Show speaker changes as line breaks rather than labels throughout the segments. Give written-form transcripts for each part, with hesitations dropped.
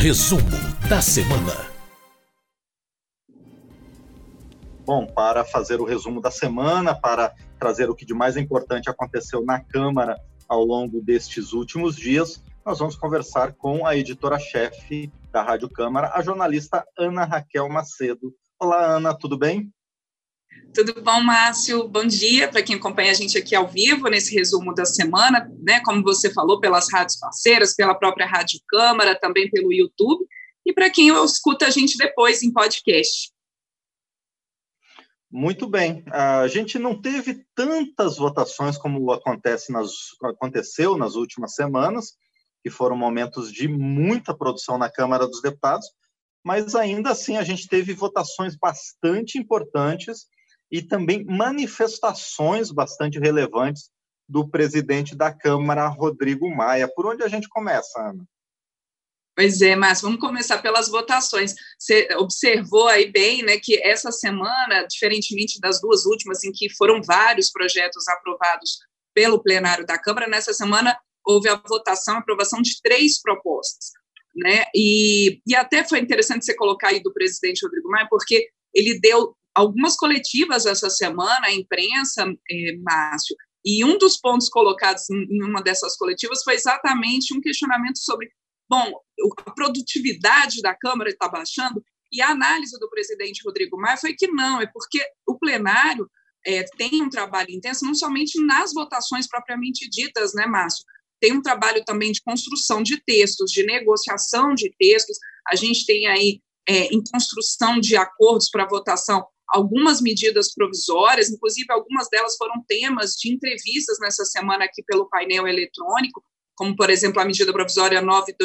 Resumo da semana.
Bom, para fazer o resumo da semana, para trazer o que de mais importante aconteceu na Câmara ao longo destes últimos dias, nós vamos conversar com a editora-chefe da Rádio Câmara, a jornalista Ana Raquel Macedo. Olá, Ana, tudo bem?
Tudo bom, Márcio? Bom dia para quem acompanha a gente aqui ao vivo, nesse resumo da semana, né? Como você falou, pelas rádios parceiras, pela própria Rádio Câmara, também pelo YouTube, e para quem escuta a gente depois em podcast.
Muito bem. A gente não teve tantas votações como aconteceu nas últimas semanas, que foram momentos de muita produção na Câmara dos Deputados, mas ainda assim a gente teve votações bastante importantes e também manifestações bastante relevantes do presidente da Câmara, Rodrigo Maia. Por onde a gente começa, Ana?
Pois é, Márcio, vamos começar pelas votações. Você observou aí bem, né, que essa semana, diferentemente das duas últimas, em que foram vários projetos aprovados pelo plenário da Câmara, nessa semana houve a aprovação de 3 propostas, né, e até foi interessante você colocar aí do presidente Rodrigo Maia, porque ele deu algumas coletivas essa semana à imprensa, Márcio, e um dos pontos colocados em uma dessas coletivas foi exatamente um questionamento sobre, bom, a produtividade da Câmara está baixando, e a análise do presidente Rodrigo Maia foi que não, é porque o plenário tem um trabalho intenso, não somente nas votações propriamente ditas, né, Márcio? Tem um trabalho também de construção de textos, de negociação de textos, a gente tem aí, em construção de acordos para votação, algumas medidas provisórias, inclusive algumas delas foram temas de entrevistas nessa semana aqui pelo painel eletrônico, como, por exemplo, a medida provisória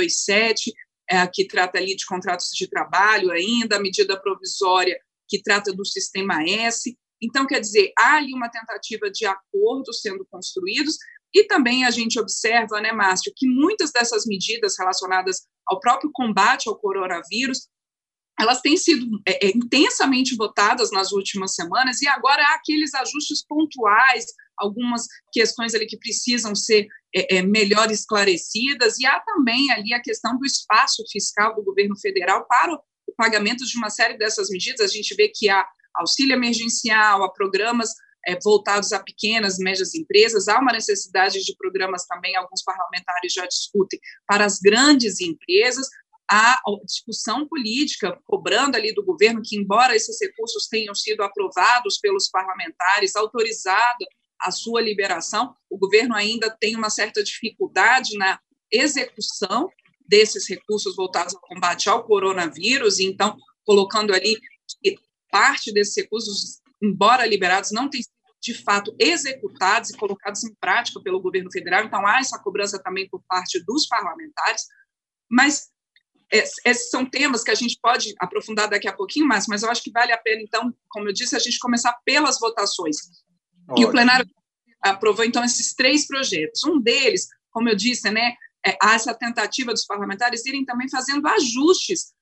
927, que trata ali de contratos de trabalho ainda, a medida provisória que trata do Sistema S. Então, quer dizer, há ali uma tentativa de acordos sendo construídos, e também a gente observa, né, Márcio, que muitas dessas medidas relacionadas ao próprio combate ao coronavírus, elas têm sido intensamente votadas nas últimas semanas, e agora há aqueles ajustes pontuais, algumas questões ali que precisam ser melhor esclarecidas, e há também ali a questão do espaço fiscal do governo federal para o pagamento de uma série dessas medidas. A gente vê que há auxílio emergencial, há programas voltados a pequenas e médias empresas, há uma necessidade de programas também, alguns parlamentares já discutem, para as grandes empresas. A discussão política cobrando ali do governo que, embora esses recursos tenham sido aprovados pelos parlamentares, autorizada a sua liberação, o governo ainda tem uma certa dificuldade na execução desses recursos voltados ao combate ao coronavírus, e então colocando ali que parte desses recursos, embora liberados, não têm sido de fato executados e colocados em prática pelo governo federal. Então há essa cobrança também por parte dos parlamentares, mas esses são temas que a gente pode aprofundar daqui a pouquinho mais, mas eu acho que vale a pena, então, como eu disse, a gente começar pelas votações. Ótimo. E o plenário aprovou, então, esses 3 projetos. Um deles, como eu disse, né, há essa tentativa dos parlamentares irem também fazendo ajustes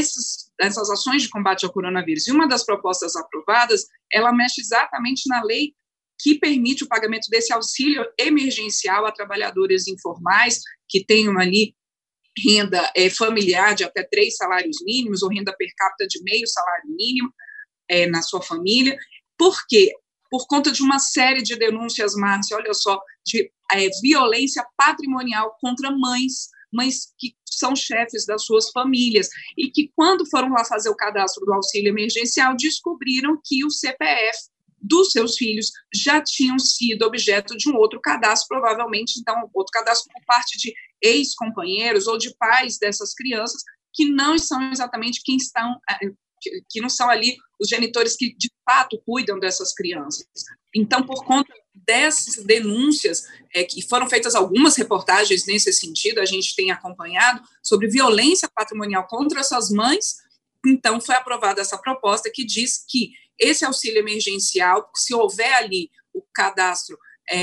nessas ações de combate ao coronavírus. E uma das propostas aprovadas, ela mexe exatamente na lei que permite o pagamento desse auxílio emergencial a trabalhadores informais que tenham ali renda familiar de até 3 salários mínimos, ou renda per capita de meio salário mínimo na sua família. Por quê? Por conta de uma série de denúncias, Márcia, olha só, de violência patrimonial contra mães que são chefes das suas famílias, e que, quando foram lá fazer o cadastro do auxílio emergencial, descobriram que o CPF dos seus filhos já tinham sido objeto de um outro cadastro, provavelmente, então, outro cadastro por parte de ex-companheiros ou de pais dessas crianças, que não são exatamente que não são ali os genitores que, de fato, cuidam dessas crianças. Então, por conta dessas denúncias, que foram feitas algumas reportagens nesse sentido, a gente tem acompanhado, sobre violência patrimonial contra essas mães. Então, foi aprovada essa proposta que diz que esse auxílio emergencial, se houver ali o cadastro,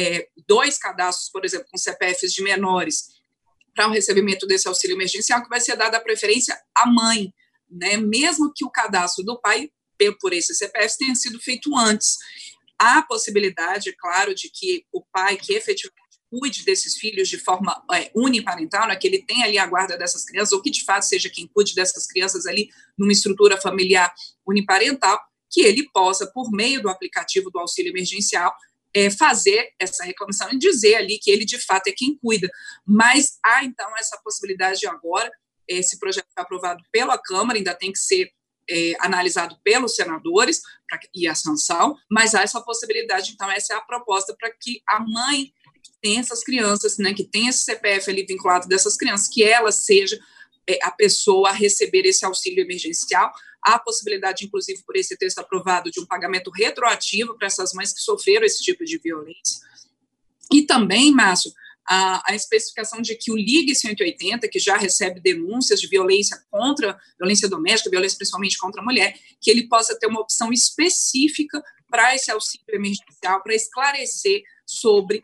2 cadastros, por exemplo, com CPFs de menores, para o recebimento desse auxílio emergencial, que vai ser dada a preferência à mãe, né? Mesmo que o cadastro do pai, por esse CPF, tenha sido feito antes. Há possibilidade, claro, de que o pai que efetivamente cuide desses filhos de forma uniparental, né, que ele tenha ali a guarda dessas crianças, ou que de fato seja quem cuide dessas crianças ali numa estrutura familiar uniparental, que ele possa, por meio do aplicativo do auxílio emergencial, fazer essa reclamação e dizer ali que ele de fato é quem cuida. Mas há então essa possibilidade de agora, esse projeto foi aprovado pela Câmara, ainda tem que ser analisado pelos senadores e a sanção, mas há essa possibilidade, então essa é a proposta para que a mãe que tem essas crianças, né, que tem esse CPF ali vinculado dessas crianças, que ela seja a pessoa a receber esse auxílio emergencial. Há a possibilidade, inclusive, por esse texto aprovado, de um pagamento retroativo para essas mães que sofreram esse tipo de violência. E também, Márcio, a especificação de que o Ligue 180, que já recebe denúncias de violência doméstica, violência principalmente contra a mulher, que ele possa ter uma opção específica para esse auxílio emergencial, para esclarecer sobre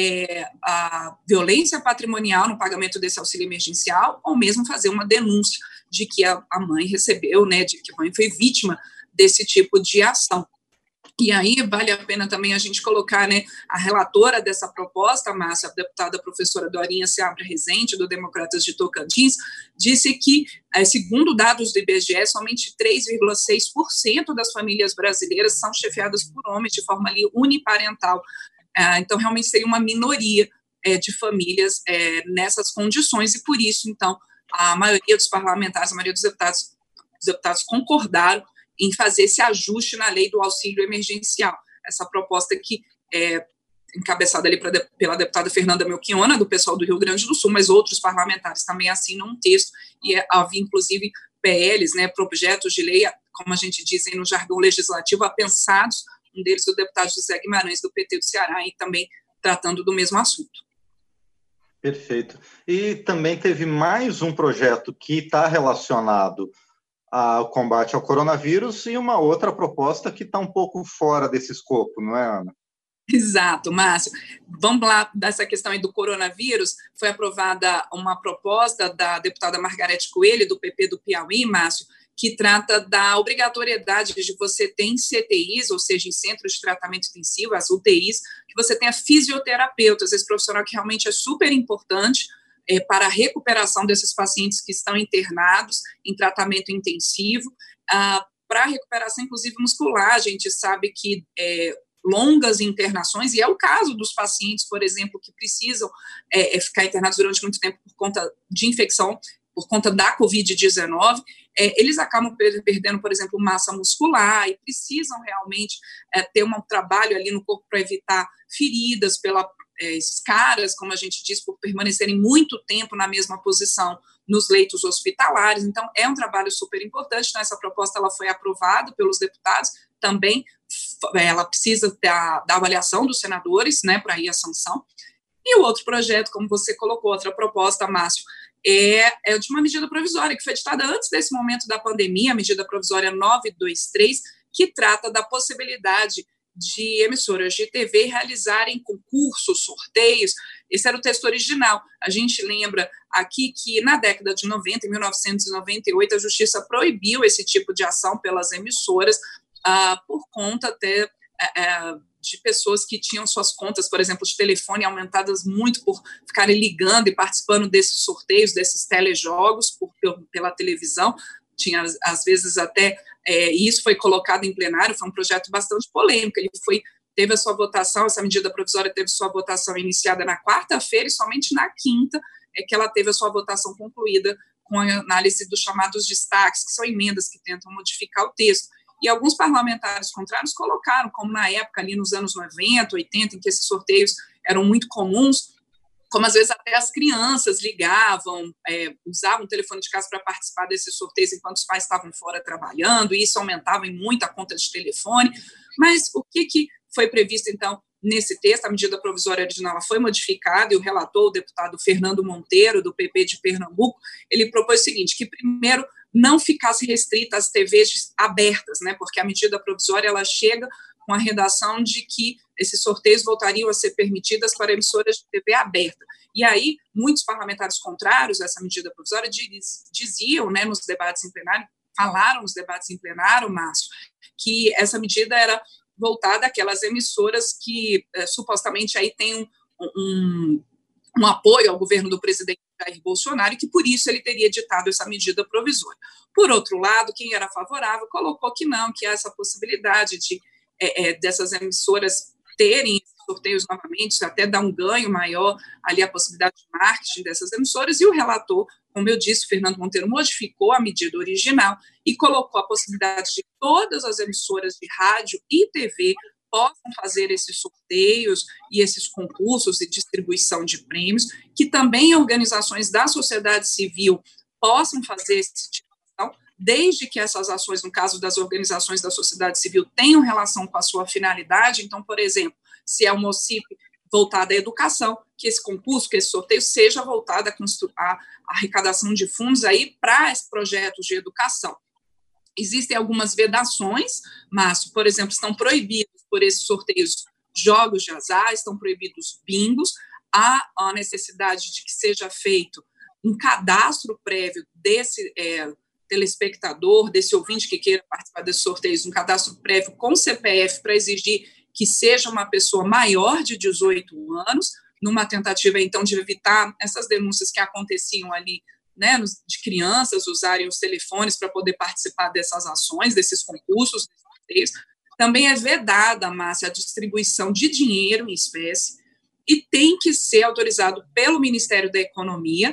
a violência patrimonial no pagamento desse auxílio emergencial, ou mesmo fazer uma denúncia de que a mãe recebeu, né, de que a mãe foi vítima desse tipo de ação. E aí vale a pena também a gente colocar, né, a relatora dessa proposta, Márcia, a deputada professora Dorinha Seabra Rezende, do Democratas de Tocantins, disse que, segundo dados do IBGE, somente 3,6% das famílias brasileiras são chefiadas por homens de forma ali uniparental. Então, realmente seria uma minoria de famílias nessas condições, e por isso, então, a maioria dos parlamentares, a maioria dos deputados concordaram em fazer esse ajuste na lei do auxílio emergencial. Essa proposta que é encabeçada ali pela deputada Fernanda Melchiona, do pessoal do Rio Grande do Sul, mas outros parlamentares também assinam um texto, e havia, inclusive, PLs, né, projetos de lei, como a gente diz aí no jargão legislativo, apensados, um deles o deputado José Guimarães, do PT do Ceará, e também tratando do mesmo assunto.
Perfeito. E também teve mais um projeto que está relacionado ao combate ao coronavírus e uma outra proposta que está um pouco fora desse escopo, não é, Ana?
Exato, Márcio. Vamos lá, dessa questão aí do coronavírus, foi aprovada uma proposta da deputada Margarete Coelho, do PP do Piauí, Márcio, que trata da obrigatoriedade de você ter em CTIs, ou seja, em centros de tratamento intensivo, as UTIs, que você tenha fisioterapeutas, esse profissional que realmente é super importante para a recuperação desses pacientes que estão internados em tratamento intensivo, para a recuperação, inclusive, muscular. A gente sabe que longas internações, e é o caso dos pacientes, por exemplo, que precisam ficar internados durante muito tempo por conta de infecção, por conta da Covid-19, eles acabam perdendo, por exemplo, massa muscular e precisam realmente ter um trabalho ali no corpo para evitar feridas escaras, como a gente diz, por permanecerem muito tempo na mesma posição nos leitos hospitalares. Então, é um trabalho super importante. Então, essa proposta ela foi aprovada pelos deputados, também ela precisa da avaliação dos senadores, né, para ir à sanção. E o outro projeto, como você colocou, outra proposta, Márcio, é de uma medida provisória que foi editada antes desse momento da pandemia, a medida provisória 923, que trata da possibilidade de emissoras de TV realizarem concursos, sorteios. Esse era o texto original. A gente lembra aqui que na década de 90, em 1998, a Justiça proibiu esse tipo de ação pelas emissoras por conta até de pessoas que tinham suas contas, por exemplo, de telefone aumentadas muito por ficarem ligando e participando desses sorteios, desses telejogos pela televisão. Tinha, às vezes, até e isso foi colocado em plenário, foi um projeto bastante polêmico. Ele teve a sua votação, essa medida provisória teve sua votação iniciada na quarta-feira, e somente na quinta é que ela teve a sua votação concluída com a análise dos chamados destaques, que são emendas que tentam modificar o texto. E alguns parlamentares contrários colocaram, como na época, ali nos anos 90, 80, em que esses sorteios eram muito comuns, como às vezes até as crianças ligavam, usavam o telefone de casa para participar desses sorteios enquanto os pais estavam fora trabalhando, e isso aumentava em muito a conta de telefone. Mas o que foi previsto, então, nesse texto? A medida provisória original foi modificada, e o relator, o deputado Fernando Monteiro, do PP de Pernambuco, ele propôs o seguinte, que primeiro não ficasse restrita às TVs abertas, né, porque a medida provisória ela chega com a redação de que esses sorteios voltariam a ser permitidas para emissoras de TV aberta. E aí, muitos parlamentares contrários a essa medida provisória diziam, né, nos debates em plenário, falaram nos debates em plenário, Márcio, que essa medida era voltada àquelas emissoras que supostamente aí têm um apoio ao governo do presidente Jair Bolsonaro, e que por isso ele teria editado essa medida provisória. Por outro lado, quem era favorável colocou que não, que há essa possibilidade de dessas emissoras terem sorteios novamente, até dar um ganho maior ali, a possibilidade de marketing dessas emissoras, e o relator, como eu disse, Fernando Monteiro, modificou a medida original e colocou a possibilidade de todas as emissoras de rádio e TV possam fazer esses sorteios e esses concursos e distribuição de prêmios, que também organizações da sociedade civil possam fazer esse tipo de ação, desde que essas ações, no caso das organizações da sociedade civil, tenham relação com a sua finalidade. Então, por exemplo, se é uma OCIP voltada à educação, que esse concurso, que esse sorteio seja voltado à arrecadação de fundos aí para projetos de educação. Existem algumas vedações, Márcio, por exemplo, estão proibidos por esses sorteios jogos de azar, estão proibidos bingos, há a necessidade de que seja feito um cadastro prévio desse telespectador, desse ouvinte que queira participar desses sorteios, um cadastro prévio com CPF para exigir que seja uma pessoa maior de 18 anos, numa tentativa, então, de evitar essas denúncias que aconteciam ali, né, de crianças usarem os telefones para poder participar dessas ações, desses concursos, desses sorteios. Também é vedada, Márcia, a distribuição de dinheiro em espécie e tem que ser autorizado pelo Ministério da Economia,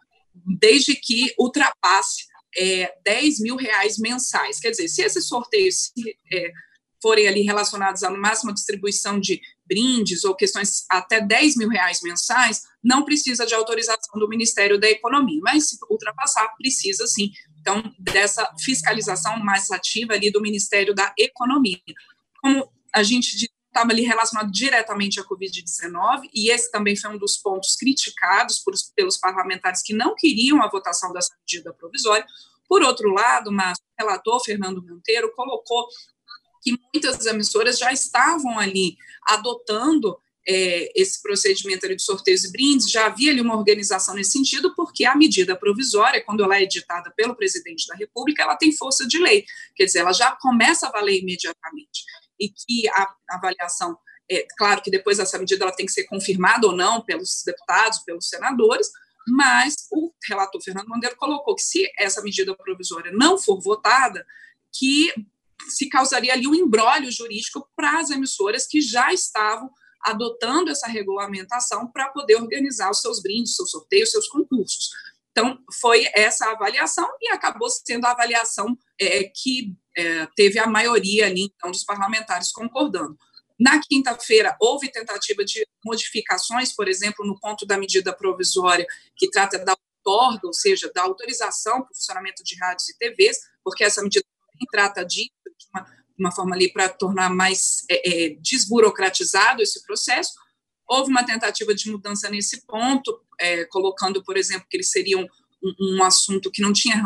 desde que ultrapasse R$10 mil mensais. Quer dizer, se esses sorteios forem ali relacionados à máxima distribuição de brindes ou questões até R$10 mil mensais, não precisa de autorização do Ministério da Economia, mas se ultrapassar, precisa sim, então, dessa fiscalização mais ativa ali do Ministério da Economia. Como a gente estava ali relacionado diretamente à Covid-19, e esse também foi um dos pontos criticados pelos parlamentares que não queriam a votação dessa medida provisória. Por outro lado, o relator Fernando Monteiro colocou que muitas emissoras já estavam ali adotando esse procedimento ali de sorteios e brindes, já havia ali uma organização nesse sentido, porque a medida provisória, quando ela é editada pelo presidente da República, ela tem força de lei, quer dizer, ela já começa a valer imediatamente, e que a avaliação, claro que depois dessa medida ela tem que ser confirmada ou não pelos deputados, pelos senadores, mas o relator Fernando Monteiro colocou que se essa medida provisória não for votada, que se causaria ali um imbróglio jurídico para as emissoras que já estavam adotando essa regulamentação para poder organizar os seus brindes, seus sorteios, seus concursos. Então, foi essa avaliação e acabou sendo a avaliação que teve a maioria ali, então, dos parlamentares concordando. Na quinta-feira, houve tentativa de modificações, por exemplo, no ponto da medida provisória que trata da outorga, ou seja, da autorização para o funcionamento de rádios e TVs, porque essa medida também trata de uma forma ali para tornar mais desburocratizado esse processo. Houve uma tentativa de mudança nesse ponto, colocando, por exemplo, que eles seriam um assunto que não tinha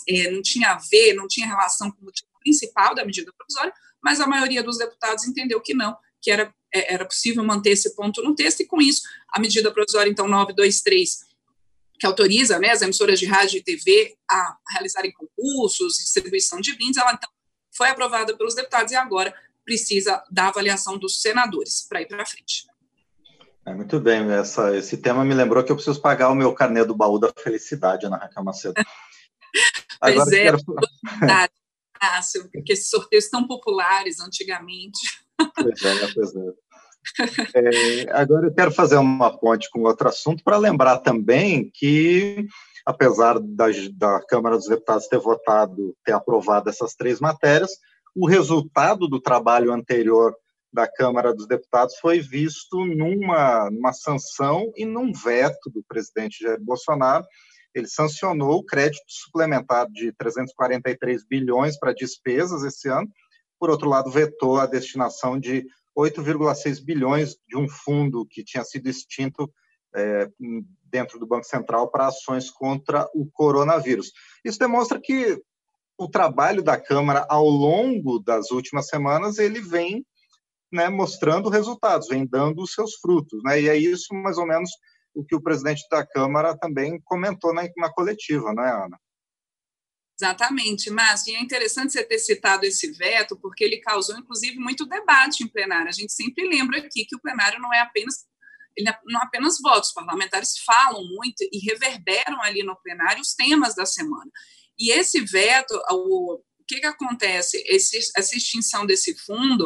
a ver, não tinha relação com o motivo principal da medida provisória, mas a maioria dos deputados entendeu que não, que era possível manter esse ponto no texto, e com isso, a medida provisória, então, 923, que autoriza, né, as emissoras de rádio e TV a realizarem concursos, distribuição de brindes, ela, então, foi aprovada pelos deputados e agora precisa da avaliação dos senadores para ir para frente.
Muito bem, esse tema me lembrou que eu preciso pagar o meu carnê do baú da felicidade, Ana Raquel Macedo.
Pois porque esses sorteios tão populares antigamente.
Pois é. Agora eu quero fazer uma ponte com outro assunto para lembrar também que, apesar da Câmara dos Deputados ter aprovado essas 3 matérias, o resultado do trabalho anterior da Câmara dos Deputados foi visto numa sanção e num veto do presidente Jair Bolsonaro. Ele sancionou o crédito suplementar de 343 bilhões para despesas esse ano. Por outro lado, vetou a destinação de 8,6 bilhões de um fundo que tinha sido extinto dentro do Banco Central para ações contra o coronavírus. Isso demonstra que o trabalho da Câmara ao longo das últimas semanas ele vem, né, mostrando resultados, vem dando os seus frutos, né? E é isso mais ou menos o que o presidente da Câmara também comentou na coletiva, não é, Ana?
Exatamente, Márcio, e é interessante você ter citado esse veto, porque ele causou, inclusive, muito debate em plenário. A gente sempre lembra aqui que o plenário não é apenas ele não é apenas votos, os parlamentares falam muito e reverberam ali no plenário os temas da semana. E esse veto, o que acontece? Essa extinção desse fundo,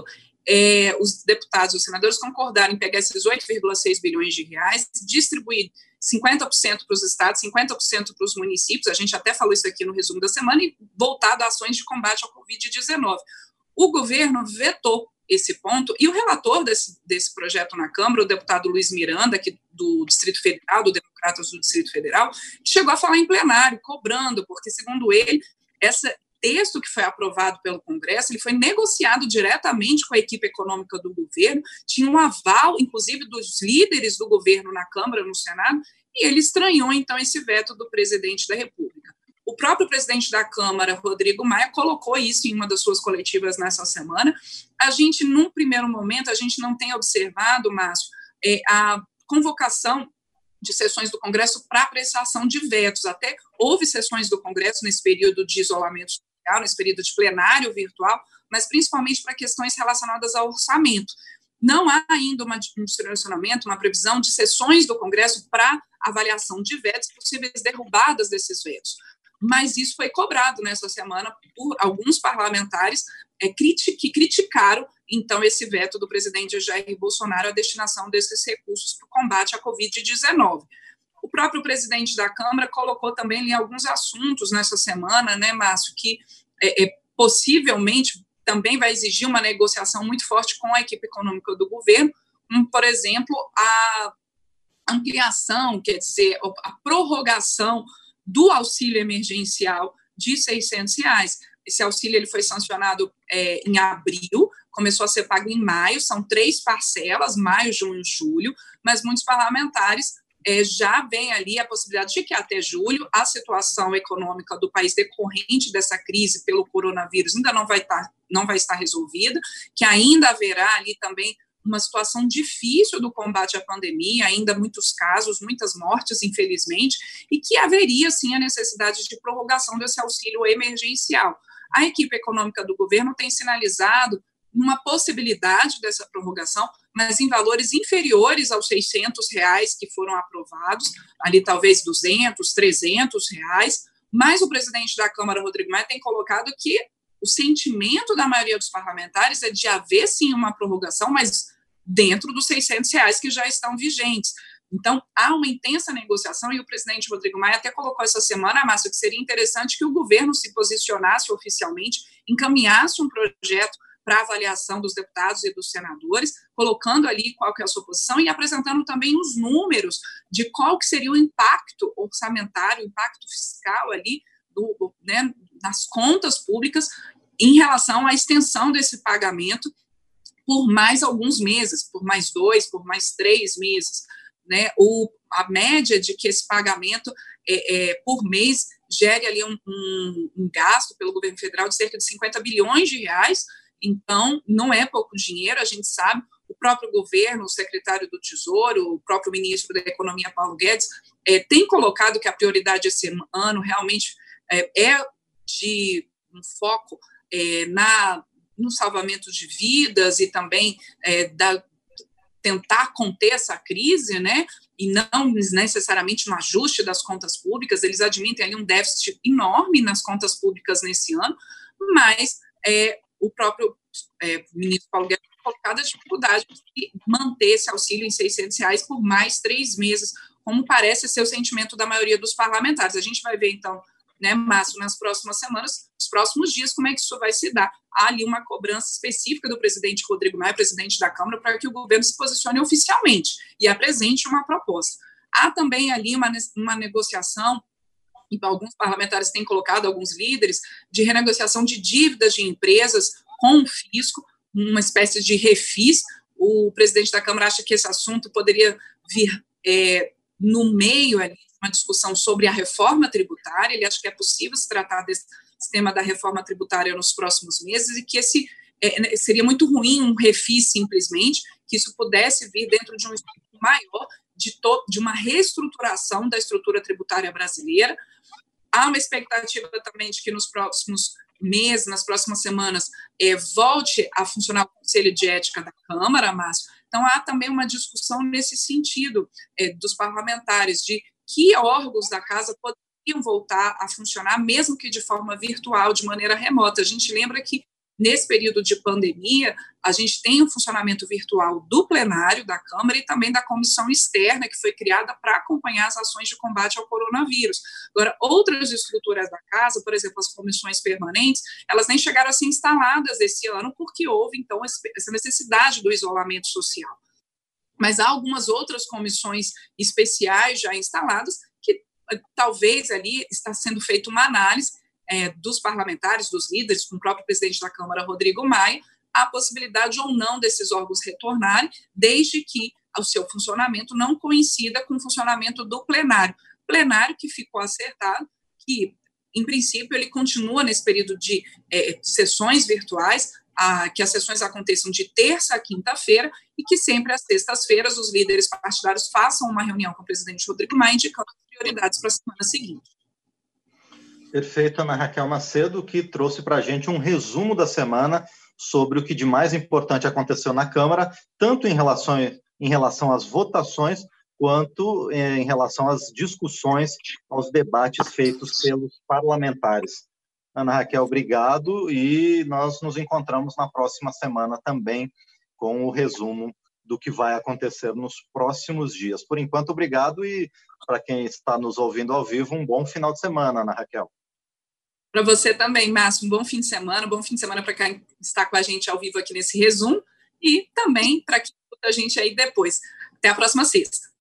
os deputados e os senadores concordaram em pegar esses 8,6 bilhões de reais, distribuir 50% para os estados, 50% para os municípios, a gente até falou isso aqui no resumo da semana, e voltado a ações de combate ao Covid-19. O governo vetou esse ponto, e o relator desse projeto na Câmara, o deputado Luiz Miranda, aqui do Distrito Federal, do Democratas do Distrito Federal, chegou a falar em plenário, cobrando, porque, segundo ele, esse texto que foi aprovado pelo Congresso, ele foi negociado diretamente com a equipe econômica do governo, tinha um aval, inclusive, dos líderes do governo na Câmara, no Senado, e ele estranhou, então, esse veto do presidente da República. O próprio presidente da Câmara, Rodrigo Maia, colocou isso em uma das suas coletivas nessa semana. A gente, num primeiro momento, a gente não tem observado, Márcio, a convocação de sessões do Congresso para apreciação de vetos. Até houve sessões do Congresso nesse período de isolamento social, nesse período de plenário virtual, mas principalmente para questões relacionadas ao orçamento. Não há ainda um direcionamento, uma previsão de sessões do Congresso para avaliação de vetos, possíveis derrubadas desses vetos. Mas isso foi cobrado nessa semana por alguns parlamentares que criticaram, então, esse veto do presidente Jair Bolsonaro à destinação desses recursos para o combate à Covid-19. O próprio presidente da Câmara colocou também ali alguns assuntos nessa semana, né, Márcio, que possivelmente também vai exigir uma negociação muito forte com a equipe econômica do governo, por exemplo, a ampliação, quer dizer, a prorrogação do auxílio emergencial de R$600. Esse auxílio ele foi sancionado em abril, começou a ser pago em maio, são 3 parcelas, maio, junho, julho, mas muitos parlamentares já veem ali a possibilidade de que até julho a situação econômica do país decorrente dessa crise pelo coronavírus ainda não vai estar resolvida, que ainda haverá ali também uma situação difícil do combate à pandemia, ainda muitos casos, muitas mortes, infelizmente, e que haveria, sim, a necessidade de prorrogação desse auxílio emergencial. A equipe econômica do governo tem sinalizado uma possibilidade dessa prorrogação, mas em valores inferiores aos R$600 que foram aprovados, ali talvez R$200, R$300, mas o presidente da Câmara, Rodrigo Maia, tem colocado que o sentimento da maioria dos parlamentares é de haver, sim, uma prorrogação, mas dentro dos R$600 que já estão vigentes. Então, há uma intensa negociação e o presidente Rodrigo Maia até colocou essa semana, Márcio, que seria interessante que o governo se posicionasse oficialmente, encaminhasse um projeto para avaliação dos deputados e dos senadores, colocando ali qual que é a sua posição e apresentando também os números de qual que seria o impacto orçamentário, o impacto fiscal ali nas contas públicas em relação à extensão desse pagamento por mais alguns meses, por mais 2, por mais 3 meses. Né? A média de que esse pagamento por mês gere ali um gasto pelo governo federal de cerca de 50 bilhões de reais, então não é pouco dinheiro, a gente sabe, o próprio governo, o secretário do Tesouro, o próprio ministro da Economia, Paulo Guedes, tem colocado que a prioridade esse ano realmente é de um foco no salvamento de vidas e também tentar conter essa crise, né, e não necessariamente um ajuste das contas públicas. Eles admitem ali um déficit enorme nas contas públicas nesse ano, mas o próprio ministro Paulo Guedes tem colocado a dificuldade de manter esse auxílio em R$600 por mais 3 meses, como parece ser o sentimento da maioria dos parlamentares. A gente vai ver, então, né, Márcio, nas próximas semanas, nos próximos dias, como é que isso vai se dar. Há ali uma cobrança específica do presidente Rodrigo Maia, presidente da Câmara, para que o governo se posicione oficialmente e apresente uma proposta. Há também ali uma negociação, e alguns parlamentares têm colocado, alguns líderes, de renegociação de dívidas de empresas com o fisco, uma espécie de refis. O presidente da Câmara acha que esse assunto poderia vir no meio ali, uma discussão sobre a reforma tributária. Ele acha que é possível se tratar desse tema da reforma tributária nos próximos meses e que seria muito ruim um refis simplesmente, que isso pudesse vir dentro de um estudo maior de uma reestruturação da estrutura tributária brasileira. Há uma expectativa também de que nos próximos mês, nas próximas semanas, volte a funcionar o Conselho de Ética da Câmara, Márcio. Então, há também uma discussão nesse sentido dos parlamentares, de que órgãos da casa poderiam voltar a funcionar, mesmo que de forma virtual, de maneira remota. A gente lembra que, nesse período de pandemia, a gente tem o funcionamento virtual do plenário da Câmara e também da comissão externa, que foi criada para acompanhar as ações de combate ao coronavírus. Agora, outras estruturas da casa, por exemplo, as comissões permanentes, elas nem chegaram a ser instaladas esse ano, porque houve, então, essa necessidade do isolamento social. Mas há algumas outras comissões especiais já instaladas, que talvez ali está sendo feita uma análise dos parlamentares, dos líderes, com o próprio presidente da Câmara, Rodrigo Maia, a possibilidade ou não desses órgãos retornarem, desde que o seu funcionamento não coincida com o funcionamento do plenário. Plenário que ficou acertado, que, em princípio, ele continua nesse período de sessões virtuais, que as sessões aconteçam de terça a quinta-feira e que sempre às sextas-feiras os líderes partidários façam uma reunião com o presidente Rodrigo Maia, indicando as prioridades para a semana seguinte.
Perfeito, Ana Raquel Macedo, que trouxe para a gente um resumo da semana sobre o que de mais importante aconteceu na Câmara, tanto em relação às votações, quanto em relação às discussões, aos debates feitos pelos parlamentares. Ana Raquel, obrigado, e nós nos encontramos na próxima semana também com o resumo do que vai acontecer nos próximos dias. Por enquanto, obrigado, e para quem está nos ouvindo ao vivo, um bom final de semana, Ana Raquel.
Para você também, Márcio, um bom fim de semana para quem está com a gente ao vivo aqui nesse resumo, e também para quem escuta a gente aí depois. Até a próxima sexta.